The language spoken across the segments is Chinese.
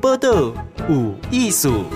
报道有艺术。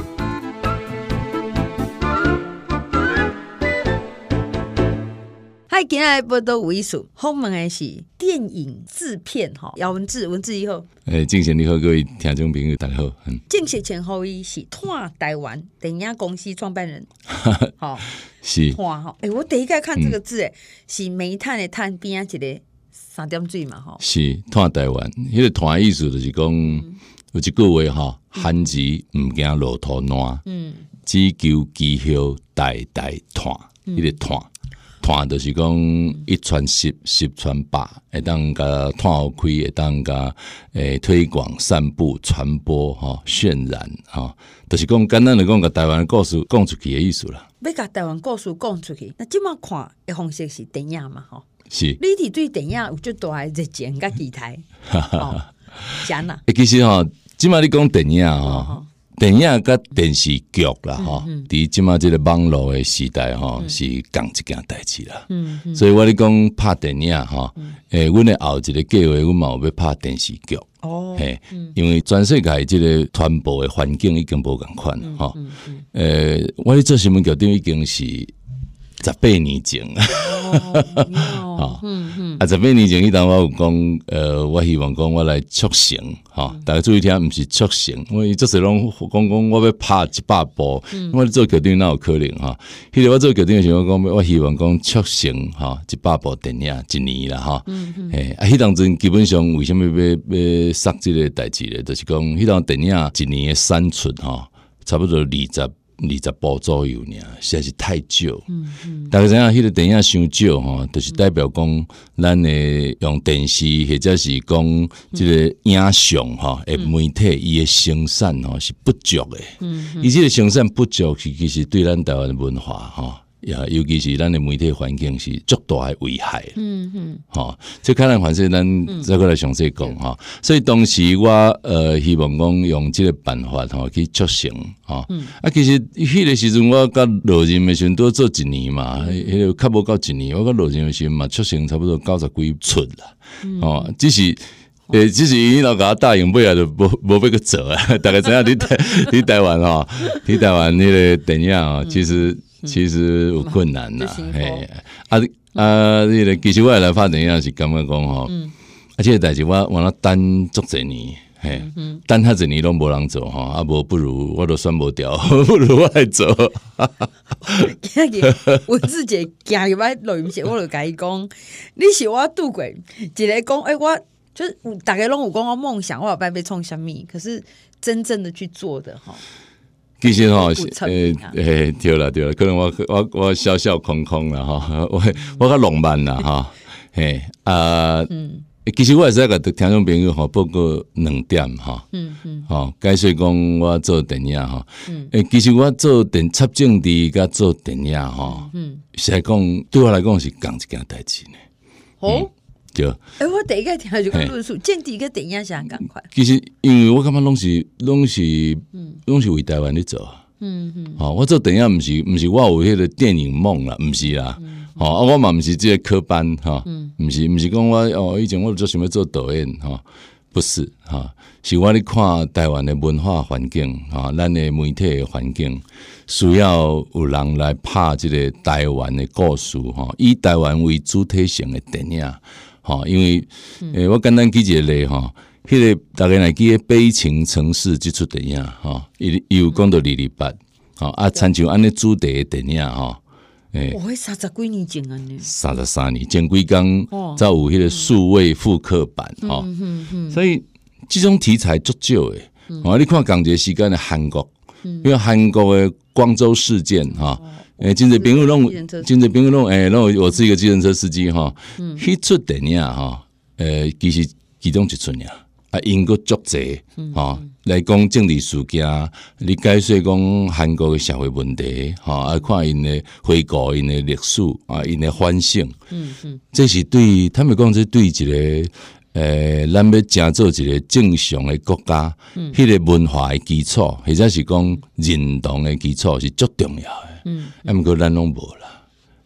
嗨，今日报道有艺术，访问的是电影制片姚文智，文智以后。 正式你好，各位听众朋友，大家好。 正式前后伊是探台湾电影公司创办人， 是探我第一个看这个字，是煤炭的炭边一个三点水嘛是探台湾，迄个探意思就是讲有一句话旱时唔惊落土烂，只求机晓代代探，迄个探。探就是讲一传十，十传百，会当甲探好开，会当甲推广、散布、传播、渲染，就是讲简单的讲，甲台湾的故事讲出去的意思啦。 要甲台湾故事讲出去，那即马看的方式是电影嘛？ 是。 你哋对电影有足大的热情甲期待，是安那？ 其实即马你讲电影电影甲电视剧啦，伫即马即个网络的时代是共一件代志啦。所以我咧讲拍电影阮的后一个计划，阮嘛有要拍电视剧。因为全世界即个传播的环境已经无共款我咧做新闻局长已经是18年前18年前迄当我有讲，我希望讲我来促成大家注意听，毋是促成，因为这时拢讲我要拍100部，我做局长哪有可能迄个我做局长的时候讲，我希望讲促成100部电影一年啦迄当阵基本上为什么要杀这个代志咧？就是讲迄当电影一年的产出差不多20部左右呢，实在是太少。大家知影迄个电影伤少就是代表讲咱的用电视或者是讲这个影像媒体伊的生产是不足的。伊这个生产不足，其实对咱台湾的文化尤其是咱的媒体环境是足大的危害。这可能还是咱再过来详细讲所以当时我希望讲用这个办法去促成其实迄个时阵我甲罗仁的时阵都做一年嘛，迄个较无到一年，我甲罗仁的时阵嘛促成差不多90几出啦。只是伊老甲我答应，尾仔就无要去做啊。大家知影你台湾你台湾迄个电影其实有困难啦。其实我来拍电影是感觉讲这个代志我那等足侪年。等遐一年拢无人做无不如我都选无掉，不如我来做。 我自己行入来录音室，我就甲伊讲，你是我拄过一个讲，我就是大家拢有讲我梦想，我后摆要创啥物，可是真正的去做的其实对了，可能我笑空空啦我较浪漫啦其实我也是甲听众朋友报告2点解说讲我做电影其实我做插政治甲做电影实在讲对我来讲是同一件代志呢。对， 我第一个听就讲论述，政治跟电影是很同款。 其实因为我感觉拢是为台湾咧做我做电影毋是我有迄个电影梦啦，毋是啦。我嘛毋是这个科班毋是讲我以前我就想要做导演不是是我咧看台湾的文化环境咱的媒体的环境需要有人来拍这个台湾的故事以台湾为主体性的电影因为我简单举一个例迄个大家来记的《悲情城市》这出电影伊有讲到228参像安尼主题的电影 30几年前 33年前几天才有迄个数位复刻版所以这种题材足少的你看同一个时间的韩国因为韩国的光州事件真侪朋友拢我是一个计程车司机迄出电影其实其中一出因个足济来讲政治事件，你解说讲韩国的社会问题看因的回顾因的历史因的反省这是对他们讲这对一个咱要成做一个正常的国家迄个文化的基础或者是讲认同的基础是足重要的不过咱拢无啦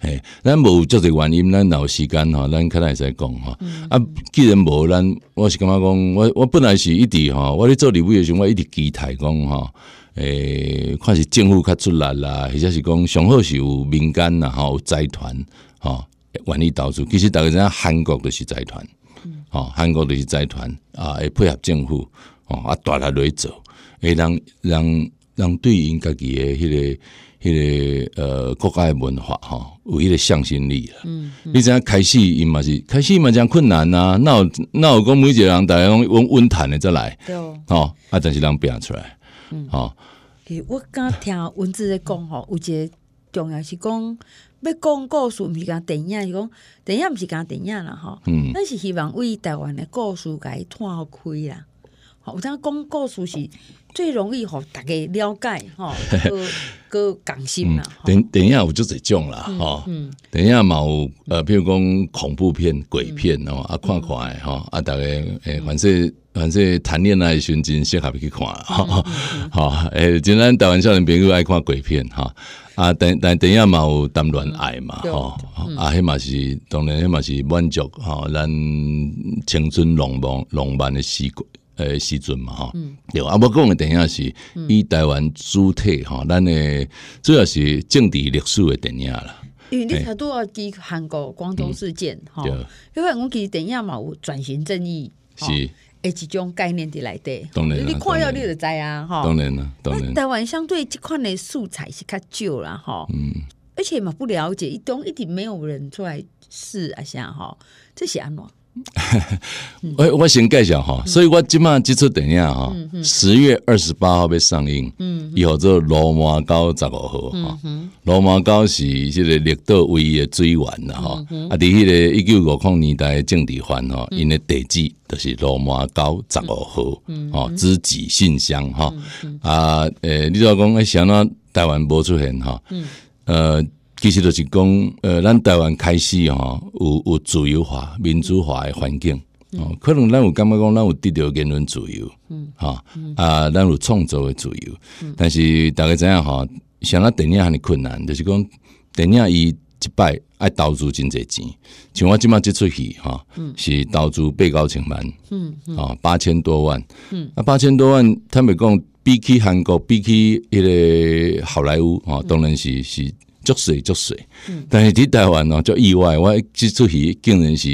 嘿，咱无足侪原因，咱若有时间吼，咱较来会使讲吼。啊，既然无，咱我是感觉讲，我本来是一直吼，我咧做立委的时候，我一直期待讲吼，看是政府较出力啦，或者是讲上好是有民间啦，吼有财团吼愿意投资。其实大家知影韩国就是财团，吼韩国就是财团啊，会配合政府，吼啊大力落去做，会让对因家己的迄个国家的文化吼有迄个向心力啦。你知影开始伊嘛这样困难啊，哪有讲每一个人大家拢稳谈的再来，吼啊，但是人变出来，吼。 其实我刚听文字在讲吼，有一个重要是讲要讲故事，毋是讲电影，是讲电影毋是讲电影啦吼。咱是希望为台湾的故事甲伊拓开啦。有当讲故事是最容易互大家了解吼，个共心啦。 电影有足侪种啦，吼，电影嘛有比如讲恐怖片、鬼片哦，啊看诶吼，啊大家反正谈恋爱的时阵真适合去看，吼，真咱台湾少年朋友爱看鬼片哈，啊但电影嘛有谈恋爱嘛，吼，啊迄嘛是当然迄嘛是满足吼咱青春浪漫的时阵嘛吼，对啊，我讲的电影是以台湾主体吼，咱的主要是政治历史的电影啦。 因为你头拄啊记韩国光州事件吼，因为我其实电影嘛有转型正义， 是一种概念伫内底。 当然， 你看了你就知啊，吼。 当然啦，当然。 台湾相对这款的素材是较少啦，吼。而且嘛不了解，一定没有人出来试啊，啥吼，这是安怎？ 我先介绍哈，所以我即马这出电影哈，10月28号要上映，以后做罗马沟15号哈，罗马沟是这个绿岛唯一的水源啦哈，啊，伫迄个1950年代的政治犯哈，因的地址就是罗马沟15号，哦，知己信箱哈，啊，你就讲想到台湾无出现哈，其实就是讲，咱台湾开始吼，有自由化、民主化的环境，可能咱有感觉讲，咱有得到言论自由，啊，咱有创作的自由，但是大家知影吼，像咱电影很困难，就是讲电影伊一摆爱投资真侪钱，像我即马这出戏哈，是投资8-9千万，8000多万，8000多万，坦白讲，比起韩国，比起迄个好莱坞，当然是。足水，但是伫台湾哦，就意外，我这出戏竟然是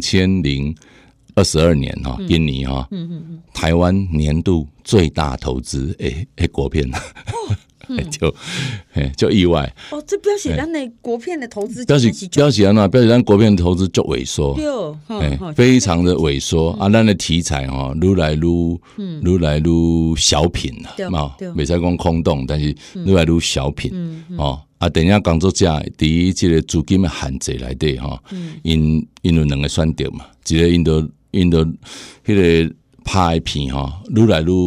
2022年哈，今年哈，台湾年度最大投资国片，就意外哦，这表示咱的国片的投资表示安怎？表示咱国片的投资就萎缩，非常的萎缩啊！咱的题材哈，愈来愈小品了嘛，袂使讲空洞，但是愈来愈小品哦。啊，电影工作者伫即个资金的限制内底吼，因有两个选择嘛，一个因着迄个拍的片吼，愈来愈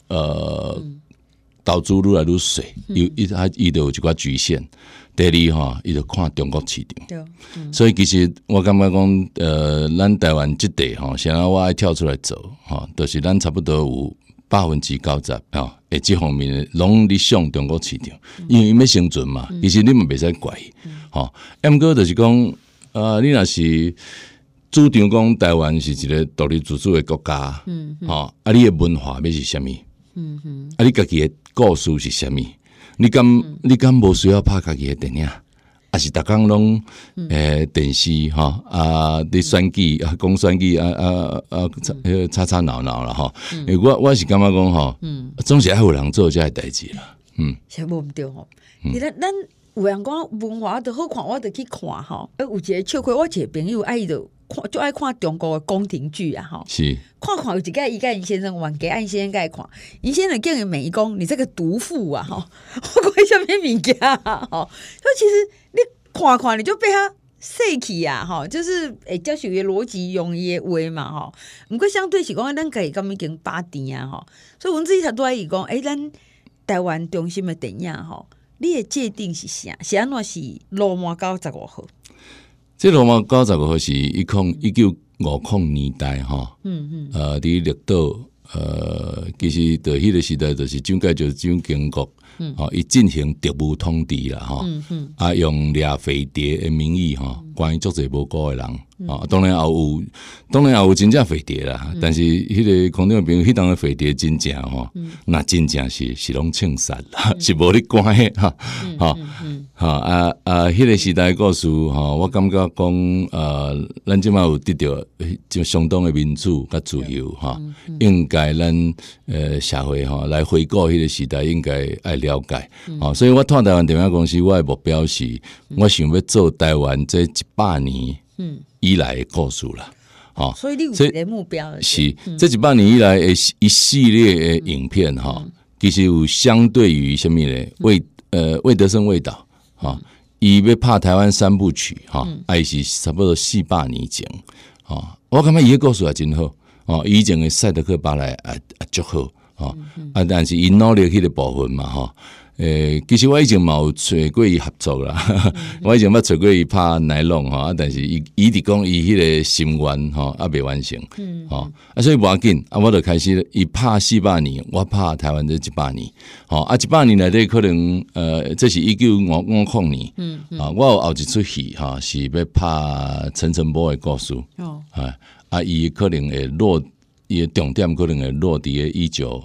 投资愈来愈细，伊就有一寡局限。第二吼，伊就看中国市场，所以其实我感觉讲，咱台湾即地吼，现在我爱跳出来做吼，就是咱差不多有90%啊，这方面拢咧向中国市场，因为伊要生存嘛，其实你嘛袂使怪伊，吼。毋过就是讲，你若是主张讲台湾是一个独立自主的国家，吼，啊，你的文化要是啥物？啊，你家己的故事是啥物？你敢无需要拍家己的电影？啊是逐工拢电视哈啊，你选举啊，讲选举吵吵闹闹啦哈。我是感觉讲吼，总是爱有人做这个代志啦。 是无毋对吼。咱有人讲文化都好看，我就去看吼。有一个笑话，我一个朋友爱就看中国的宫廷剧啊吼。 是看有一个伊甲尹先生玩，给尹先生甲伊看，尹先生竟然美讲你这个毒妇啊吼，我讲什么物件啊吼？所以其实你看你就被他洗去啊吼，就是接受伊逻辑用伊的话嘛吼。毋过相对是讲咱家己敢已经把甜啊吼，所以文字伊头拄仔伊讲，咱台湾中心的电影吼，你的界定是啥？是安怎是罗马沟15号？ 这罗马沟15号是1950年代吼，伫绿岛其实在迄个时代，就是蒋介石蒋经国，伊进行特务统治啦，用掠飞碟的名义，关于足侪无辜的人。当然也有真正飞碟啦，但是迄个空中朋友，迄当个飞碟真正那真正是拢枪杀啦，是无咧关的迄个时代故事我感觉讲咱即马有得到就相当的民主甲自由应该咱社会来回顾迄个时代，应该爱了解所以我创台湾电影公司，我的目标是，我想要做台湾这100年。以来的故事啦， 所以你有一个目标是这100年以来的一系列的影片其实有相对于什么呢？魏德胜魏导伊要拍台湾3部曲还是差不多400年前我感觉伊的故事也真好以前的赛德克巴莱也足好但是伊努力迄个部分嘛其实我以前嘛有找过伊合作啦，我以前捌找过伊拍奶龙但是伊伫讲伊迄个心愿未完成所以无要紧我就开始伊拍400年，我拍台湾这100年100年内底可能这是1950年我有后一出戏是要拍陈澄波的故事伊可能会落伊的重点可能会落伫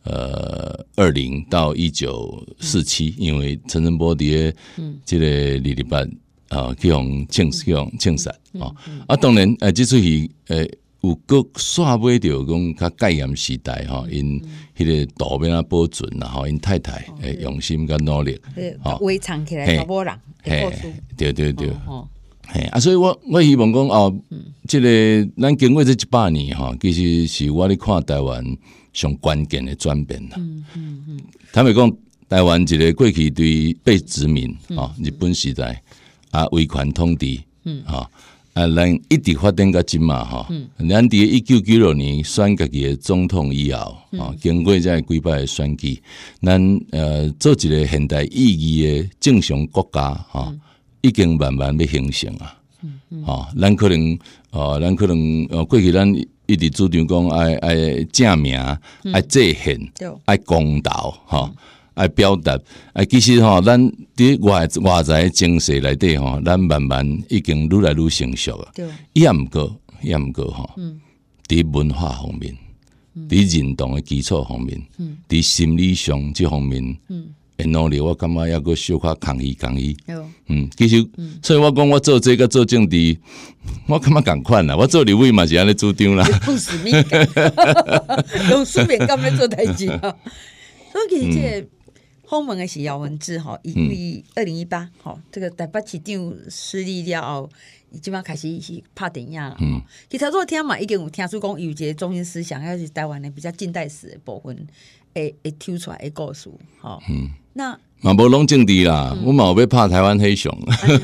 20到1947，因为陈澄波伫这个228去互枪杀当然这出戏有个煞尾着讲较戒严时代因迄个道要怎保存啦因太太用心甲努力围藏起来查某人的故事， 对所以我希望讲这个咱经过这100年其实是我咧看台湾上关键的转变啦。坦白讲，台湾一个过去对被殖民日本时代威权统治咱一直发展到今嘛咱伫1996年选家己的总统以后经过这几摆的选举，咱做一个现代意义的正常国家已经慢慢要形成咱可能过去咱一直主张讲爱正名，爱制宪，爱公道爱表达其实咱伫外在精神内底咱慢慢已经愈来愈成熟了。也毋过伫文化方面，伫认同的基础方面，伫心理上这方面会努力，我感觉还阁小可抗议。其实所以我讲我做这个做政治，我感觉同款啦。我做立委嘛是安尼主张啦， 有使命感，用使命感要做代志所以其实这个访问的是姚文智因为2018这个台北市长失利了后，伊即摆开始是拍电影啦其实做听嘛已经有听出讲有一个中心思想，还是台湾的比较近代史的部分会抽出来的故事那嘛无拢政治啦，我嘛有要拍台湾黑熊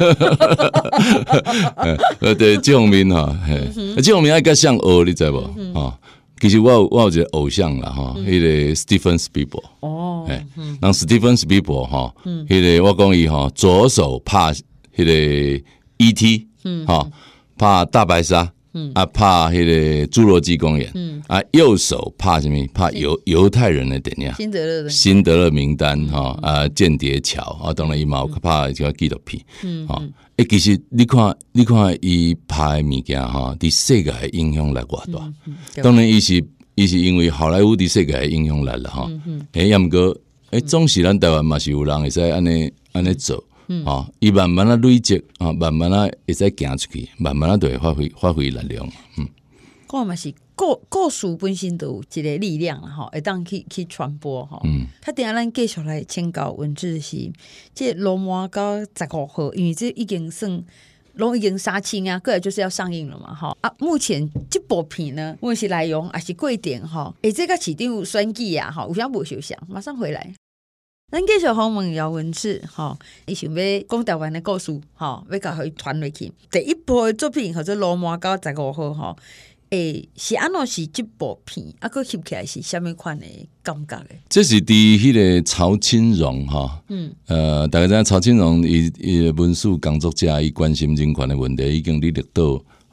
对这方面这方面爱较像学你知无其实我有一个偶像啦迄个 Steven Spielberg 人 Steven Spielberg 迄个我讲伊左手拍迄个 E.T. 拍大白鲨拍迄个侏罗纪公园右手拍什么？拍犹太人的电影，辛德勒名单间谍桥当然伊嘛有拍一个纪录片其实你看伊拍的物件伫世界的影响力偌大当然伊是因为好莱坞伫世界的影响力啦也毋过总是咱台湾嘛是有人会使安尼做伊慢慢累积慢慢会使行出去，慢慢就会发挥力量我嘛是故事本身都有一个力量啦会当去传播较定咱继续来请教文智是这罗马到15号，因为这已经算拢已经杀青过来就是要上映了嘛目前这部片呢，无论是内容还是过程这个市长选举有啥无相像？马上回来。咱继续访问姚文智伊想要讲台湾的故事要甲伊传落去。第一部的作品或者罗马到15号是安怎是这部片佫翕起来是啥物款的感觉的？ 这是伫迄个曹清荣大家知道曹清荣伊文史工作者，伊关心人权的问题已经历到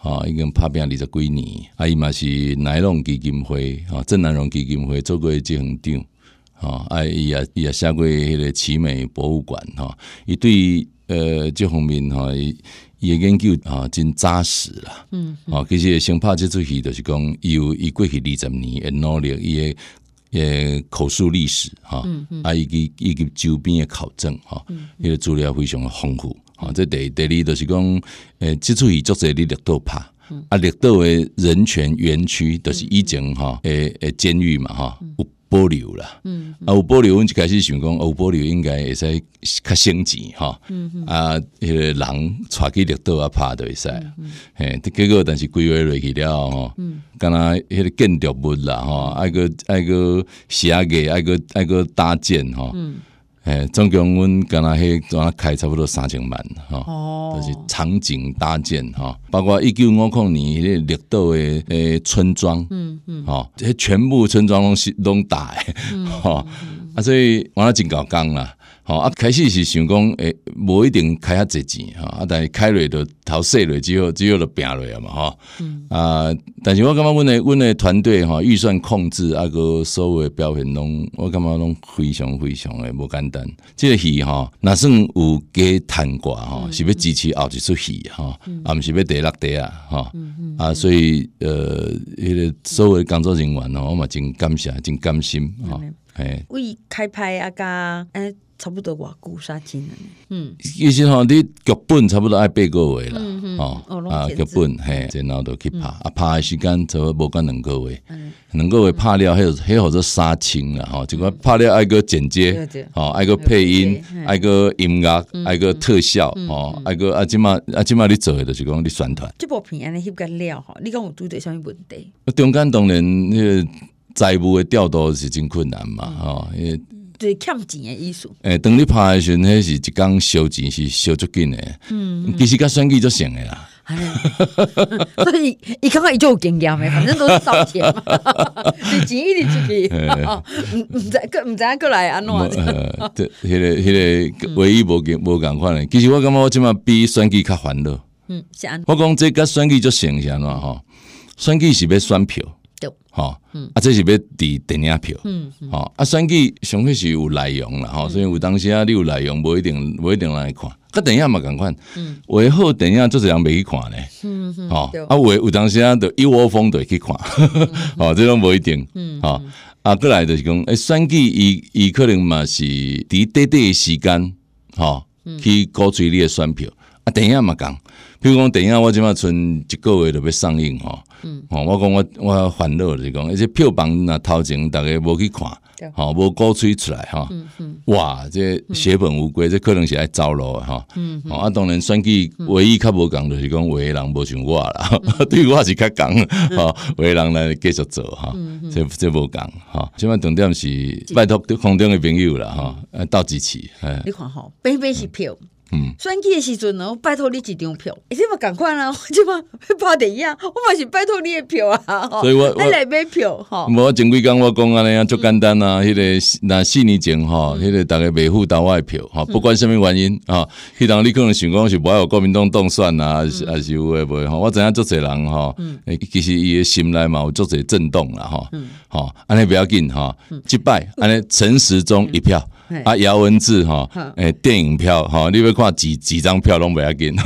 已经拍拼20几年，伊嘛是乃龙基金会郑南榕基金会做过执行长，伊也写过迄个奇美博物馆伊对这方面伊的研究真扎实啦。其实先拍这出戏就是讲，伊过去20年的努力，伊的口述历史以及周边的考证迄个资料非常的丰富。这第二就是讲，这出戏作者伫绿岛拍，绿岛的人权园区都是以前监狱嘛有保留啦，有保留，阮一开始想讲，有保留应该会使较省钱迄个人带去绿岛拍就会使，结果但是规划落去了敢若迄个建筑物啦爱个写价，爱个搭建总共阮敢若开差不多3000万就是场景搭建包括1950年迄个绿岛的村庄全部村庄拢大所以我真搞工啦。开始是想讲，无一定开遐济钱但是开落就头洗落之后就平落啊嘛但是我感觉阮的团队预算控制个所有的表现拢，我感觉拢非常非常的无简单。这个戏若算有加谈挂是要支持后一出戏毋是要第6集所以迄个所有的工作人员我嘛真感谢，真甘心为开拍甲差不多偌久啥钱其实你剧本差不多要8个月啦剧本然后就去拍拍的时间差不多无到2个月，2个月拍了迄号做杀青啦一个拍了爱个剪接爱个配音爱个音乐爱个特效爱个即马你做的就是讲你宣传这部片安尼翕甲了你讲有拄着啥物问题？ 中间当然迄个财务的调度是真困难嘛就是欠钱的意思。 当你拍的时候，迄是一天烧钱是烧足紧的。其实甲选举足像的啦。 所以伊感觉伊就有经验的，反正都是烧钱嘛，你钱一直出去，唔知过来安怎？ 迄个唯一无共款的。其实我感觉我即马比选举较烦恼。 是安。 我讲这甲选举足像是安怎选举是要选票。这是要伫电影票，选举上许是有内容啦，所以有当时你有内容，无一定来看。甲电影嘛共款，画好电影就是人袂去看咧，有当时就一窝蜂就会去看，这拢无一定，过来就是讲，选举伊可能嘛是伫短的时间，去鼓吹你的选票，电影嘛共。比如讲电影，我即马剩1个月就要上映我讲我烦恼就是讲，而且票房若头前大家无去看，无鼓吹出来哇，这血本无归，这可能是爱走路的当然选举唯一较无共就是讲，有的人无像我啦，对我是较共有的人来继续做这无共即摆重点是拜托空中的朋友啦斗支持。 你看买是票。选举的时阵拜托你一张票，这嘛同款我即马要拍电影，我嘛是拜托你的票所以我来买票无前几天我讲安尼足简单迄个若4年前迄个大家袂付到我的票不管什么原因迄当你可能想讲是无爱有国民党当选还是有诶无我知影足侪人其实伊的心内嘛有足侪震动啦安尼不要紧即摆安尼陈时中一票。姚文智电影票你要看几张票拢不要紧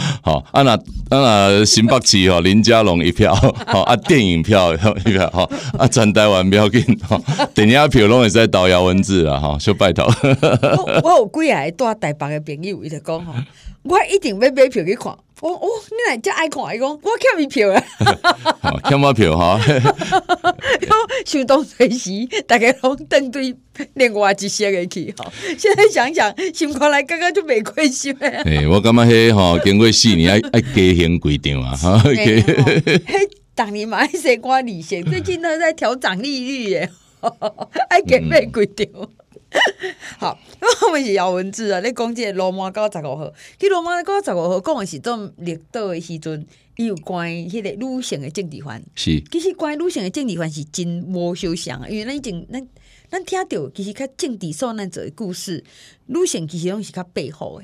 那新北市林佳龙一票电影票一票全台湾不要紧电影票拢会使投姚文智啦小拜托我有几个住台北的朋友伊就讲我一定要买票去看你若遮爱看伊讲我欠伊票欠我票想当随时大家拢登对另外一些的去现在想想心看来感觉就袂亏心我感觉迄经过4年爱加行几场当年嘛爱西瓜利息最近都在调涨利率耶爱加买几场好，我们是姚文智你讲这个罗马到15号，去罗马到15号讲的是做绿岛的时阵，伊有关于迄个女性的政治犯。 是， 其实关于女性的政治犯是真无相像，因为咱以前咱听到其实较政治受难者的故事，女性其实拢是较背后的。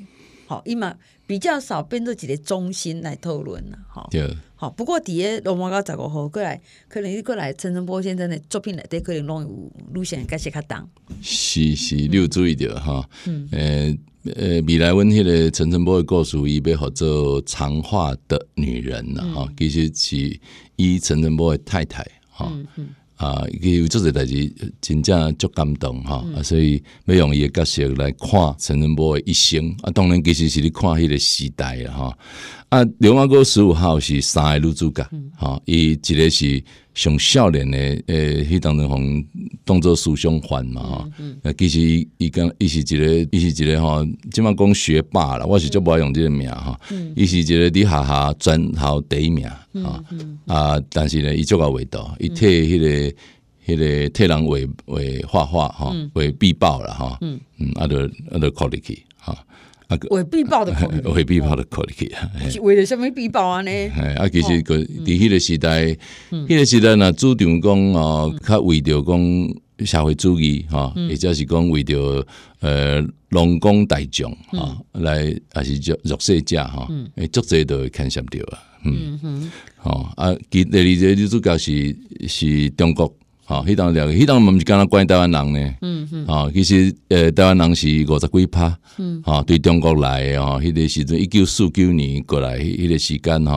好，伊嘛比较少变做一个中心来讨论啦，吼。 对。 好，不过伫个罗马到15号过来，可能你过来陈澄波先生的作品内底，可能拢有路线解释较重。 是，你有注意到哈？未来阮迄个陈澄波的故事，伊要合做长发的女人啦，哈，其实是以陈澄波的太太哈。伊有做些代志，真正足感动哈，所以要用伊的角色来看陈澄波的一生啊。当然，其实是你看迄个时代啦哈。啊，流氓哥15号是3个女主角，哈，伊一个是上少年的，迄当中红当作思想犯嘛，哈，其实伊是一个哈，即马讲学霸啦，我是足无爱用这个名哈，伊是一个伫学校专校第一名，但是呢，伊足够伟大，伊替迄个替人画画哈，为必报啦哈，就考入去哈。 为必报的考虑， 为必报的考虑去， 是为了什么必报啊呢？ 其实伫迄个时代，迄个时代若主张讲较为着讲社会主义或者是讲为着农工大众来还是弱势者足济都会牵涉到啊。第二个女主角是中国。迄当毋是敢若关台湾人呢，其实台湾人是50几%，对中国来的迄个时阵1949年过来迄个时间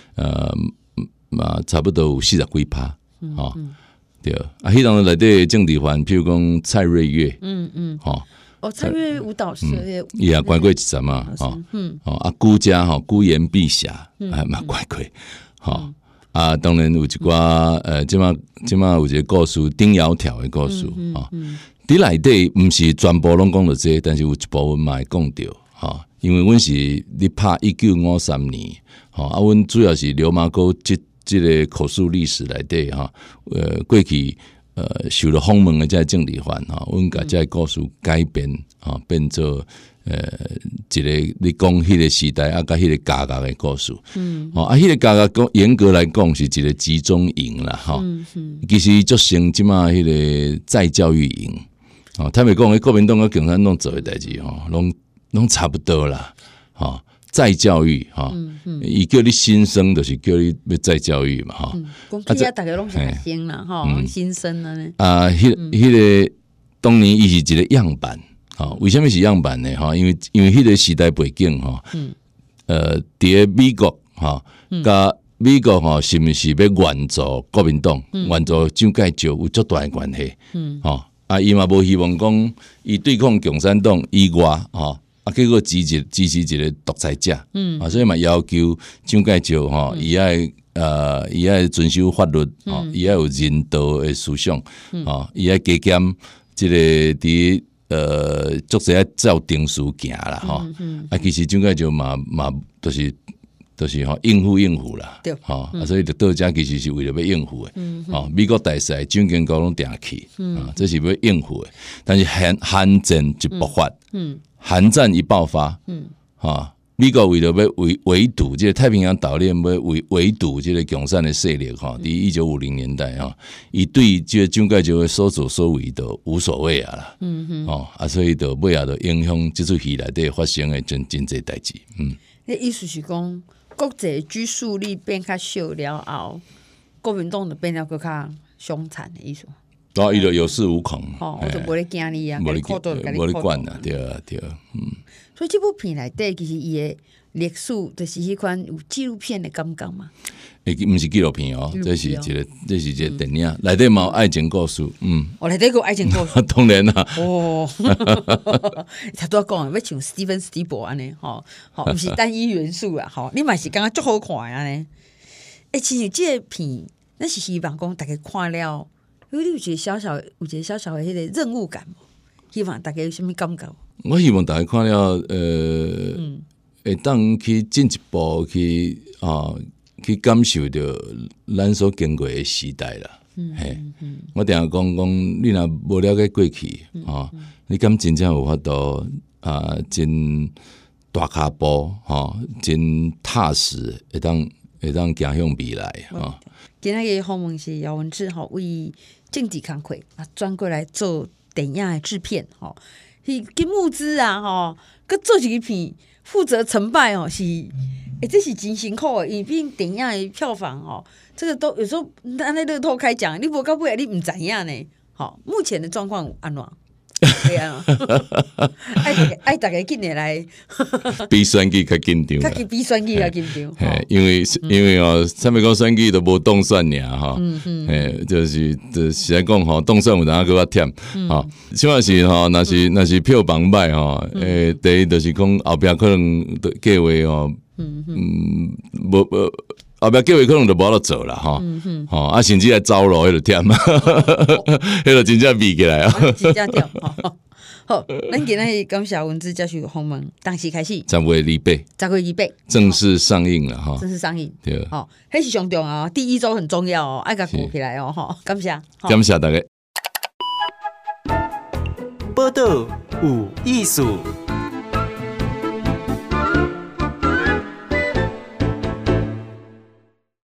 差不多有40几%，对啊，迄当内底政治犯，譬如讲蔡瑞月， 蔡瑞月舞蹈社， 伊也关过一阵嘛，顾家孤言碧霞，还蛮关过，当然有一寡即马有一个故事，丁窈窕的故事伫内底毋是全部拢讲到这，但是有一部分嘛会讲到因为阮是咧拍1953年阮主要是流麻沟这个口述历史内底过去受了访问的这政治犯阮甲这故事改编变做一个你讲迄个时代甲迄个家家的故事，迄个家家严格来讲是一个集中营啦，其实足像即马迄个再教育营，他们讲国民党跟共产党做的代志拢差不多啦，再教育伊叫你新生，就是叫你要再教育嘛， 讲起大家拢是学生啦，新生啦呢。 迄个当年伊是一个样板。为什么是样板呢？因为迄个时代背景伫美国甲美国是毋是要援助国民党、援助蒋介石有足大的关系。伊嘛无希望讲伊对抗共产党以外结果支持一个独裁者。所以嘛要求蒋介石伊爱遵守法律，伊爱有人道的思想，伊爱加减即个伫。足侪爱照定数行啦，其实蒋介石嘛就是应付啦，所以就到遮其实是为了要应付的，美国大使蒋经国拢定去，这是要应付的，但是韩战一爆发，韩战一爆发，美国为了要围堵这个太平洋岛链，要围堵这个共产的势力伫1950年代伊对这个蒋介石的所作所为都无所谓啦，所以就尾仔就影响这出戏内底发生的真侪代志。 那意思是讲，国际拘束力变较小了后，国民党就变了更较凶残的意思。 伊就有恃无恐， 我就无咧惊你啊，无咧管啊，对啊。 所以这部片内底其实伊的历史就是迄款有纪录片的感觉嘛。 毋是纪录片这是一个电影，内底嘛有爱情故事。 内底有爱情故事， 当然啦。 他都讲要像 Steven Spielberg 安尼，毋是单一元素啊，你嘛是感觉足好看安尼。其实这个片，咱是希望讲大家看了，有一个小小的迄个任务感，希望大家有啥物感觉？ 我希望大家看了，会当去进一步去感受到咱所经过的时代啦。我定下讲，你若无了解过去，你敢真正有法度真大脚步，真踏实，会当行向未来。 今仔日访问是姚文智为政治工课转过来做电影的制片，去募资啊，佮做一个片， 负责成败哦，是这是真辛苦的，因为毕竟电影的票房哦，这个都有时候按那乐透开奖，你无到尾你唔知影呢。好，目前的状况有安怎？对啊，爱大家紧点来， 比选举较紧张啦， 比选举较紧张。 因为哦，啥物讲选举都无动算尔哈，就是实在讲吼，动算有当个较忝，吼，起码是吼，若是票房歹吼，第一就是讲后壁可能计划哦，无。后壁计划可能就无得做啦，吼，啊，甚至来走路迄就忝，迄就真正比起来啊， 真正忝。好，咱今日感谢文字教学鸿蒙，当时开始 10月28正式上映了哈， 正式上映， 对， 好，迄是上重要哦，第一周很重要哦，爱甲顾起来哦，吼，感谢大家。 报道有艺术。